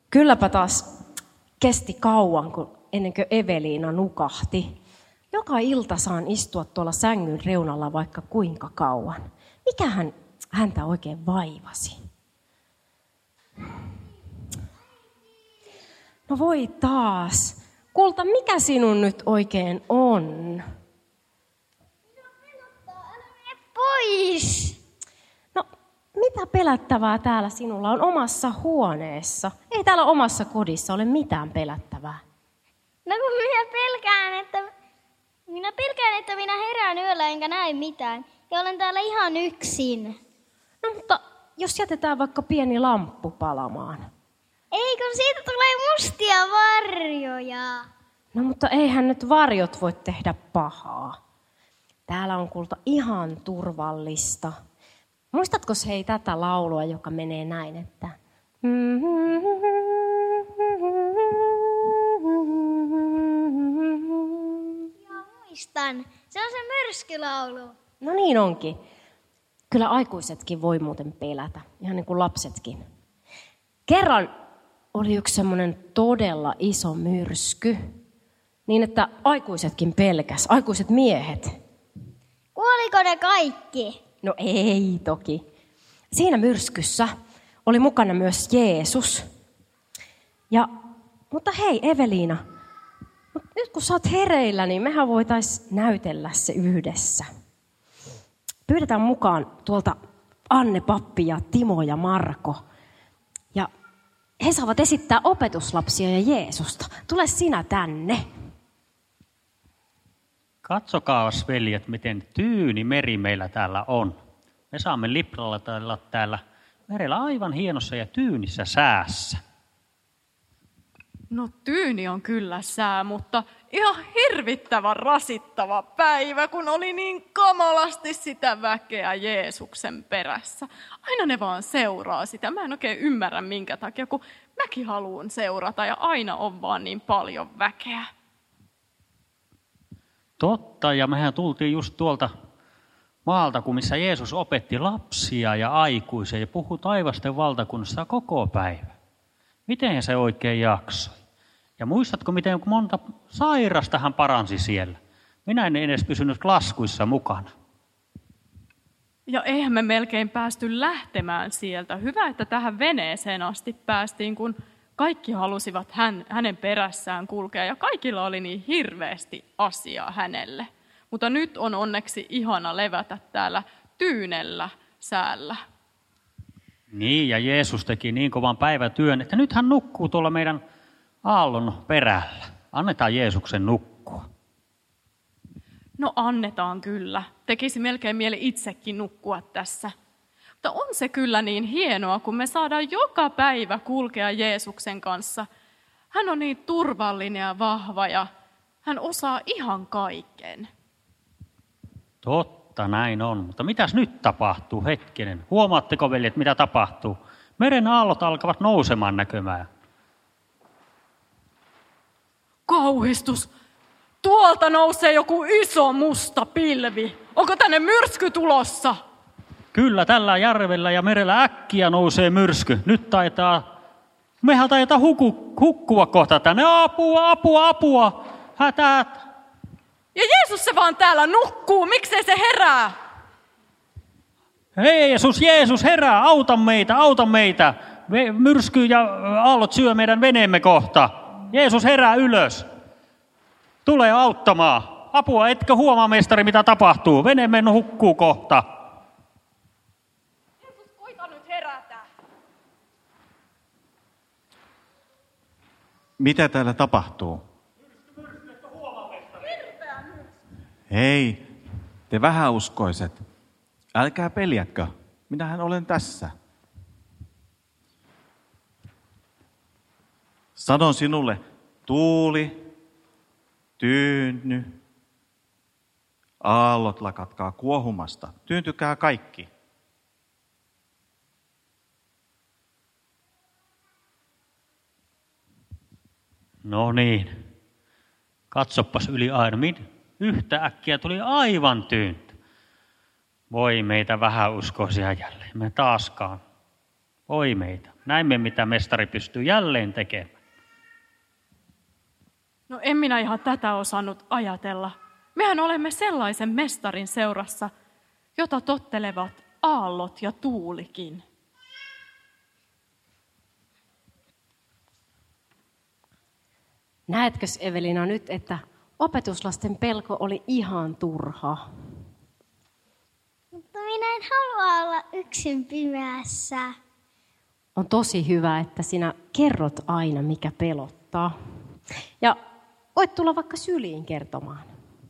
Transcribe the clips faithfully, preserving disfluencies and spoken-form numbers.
Kylläpä taas kesti kauan, kun ennen kuin Eveliina nukahti. Joka ilta saan istua tuolla sängyn reunalla vaikka kuinka kauan. Mikähän häntä oikein vaivasi? No voi taas. Kulta, mikä sinun nyt oikein on? Minua pelottaa, älä mene pois! No, mitä pelättävää täällä sinulla on omassa huoneessa? Ei täällä omassa kodissa ole mitään pelättävää. No kun minä pelkään, että... Minä pelkään, että minä herään yöllä enkä näe mitään. Ja olen täällä ihan yksin. No mutta jos jätetään vaikka pieni lamppu palamaan. Ei, kun siitä tulee mustia varjoja. No mutta eihän nyt varjot voi tehdä pahaa. Täällä on kulta ihan turvallista. Muistatko hei tätä laulua, joka menee näin, että... Joo, muistan. Se on se myrskylaulu. No niin onkin. Kyllä aikuisetkin voi muuten pelätä, ihan niin kuin lapsetkin. Kerran oli yksi semmoinen todella iso myrsky, niin että aikuisetkin pelkäs, aikuiset miehet. Kuoliko ne kaikki? No ei toki. Siinä myrskyssä oli mukana myös Jeesus. Ja, mutta hei Eveliina, nyt kun sä oot hereillä, niin mehän voitaisiin näytellä se yhdessä. Pyydetään mukaan tuolta Anne, Pappi ja Timo ja Marko. Ja he saavat esittää opetuslapsia ja Jeesusta. Tule sinä tänne. Katsokaas, veljet, miten tyyni meri meillä täällä on. Me saamme liplalla täällä, täällä merellä aivan hienossa ja tyynissä säässä. No tyyni on kyllä sää, mutta ihan hirvittävän rasittava päivä, kun oli niin kamalasti sitä väkeä Jeesuksen perässä. Aina ne vaan seuraa sitä. Mä en oikein ymmärrä minkä takia, kun mäkin haluan seurata ja aina on vaan niin paljon väkeä. Totta, ja mehän tultiin just tuolta maalta, kun missä Jeesus opetti lapsia ja aikuisia ja puhui taivasten valtakunnasta koko päivä. Miten se oikein jaksoi? Ja muistatko, miten monta sairasta hän paransi siellä? Minä en edes pysynyt laskuissa mukana. Ja eihän me melkein päästy lähtemään sieltä. Hyvä, että tähän veneeseen asti päästiin, kun kaikki halusivat hän, hänen perässään kulkea ja kaikilla oli niin hirveästi asiaa hänelle. Mutta nyt on onneksi ihana levätä täällä tyynellä säällä. Niin, ja Jeesus teki niin kovan päivätyön, että nyt hän nukkuu tuolla meidän aallon perällä. Annetaan Jeesuksen nukkua. No annetaan kyllä. Tekisi melkein mieli itsekin nukkua tässä. Mutta on se kyllä niin hienoa, kun me saadaan joka päivä kulkea Jeesuksen kanssa. Hän on niin turvallinen ja vahva ja hän osaa ihan kaiken. Totta, näin on. Mutta mitäs nyt tapahtuu? Hetkinen. Huomaatteko, veljet, mitä tapahtuu? Meren aallot alkavat nousemaan näkymään. Kauhistus! Tuolta nousee joku iso musta pilvi. Onko tänne myrsky tulossa? Kyllä, tällä järvellä ja merellä äkkiä nousee myrsky. Nyt taitaa, mehän taitaa huku, hukkua kohta tänne. Apua, apua, apua, hätäät. Ja Jeesus se vaan täällä nukkuu, miksei se herää? Hei Jeesus, Jeesus, herää, auta meitä, auta meitä. Myrsky ja aallot syö meidän veneemme kohta. Jeesus, herää ylös. Tule auttamaan. Apua, etkö huomaa, mestari, mitä tapahtuu? Veneemme hukkuu kohta. Jeesus, koita nyt herätä. Mitä täällä tapahtuu? Hei, te vähäuskoiset, älkää peljätkö, minähän olen tässä. Sanon sinulle, tuuli, tyynny, aallot lakatkaa kuohumasta, tyyntykää kaikki. No niin, katsopas yli aina. Yhtä äkkiä tuli aivan tyyntä. Voi meitä vähäuskoisia jälleen, me taaskaan. Voi meitä. Näimme, mitä mestari pystyy jälleen tekemään. No en minä ihan tätä osannut ajatella. Mehän olemme sellaisen mestarin seurassa, jota tottelevat aallot ja tuulikin. Näetkös Evelina nyt, että opetuslasten pelko oli ihan turha? Mutta minä en halua olla yksin pimeässä. On tosi hyvä, että sinä kerrot aina, mikä pelottaa. Ja voit tulla vaikka syliin kertomaan.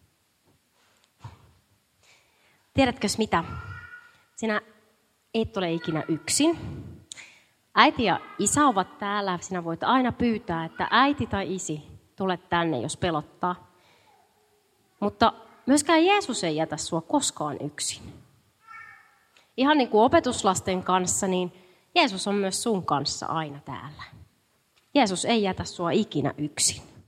Tiedätkös mitä? Sinä et ole ikinä yksin. Äiti ja isä ovat täällä. Sinä voit aina pyytää, että äiti tai isi, tule tänne, jos pelottaa. Mutta myöskään Jeesus ei jätä sua koskaan yksin. Ihan niin kuin opetuslasten kanssa, niin Jeesus on myös sun kanssa aina täällä. Jeesus ei jätä sua ikinä yksin.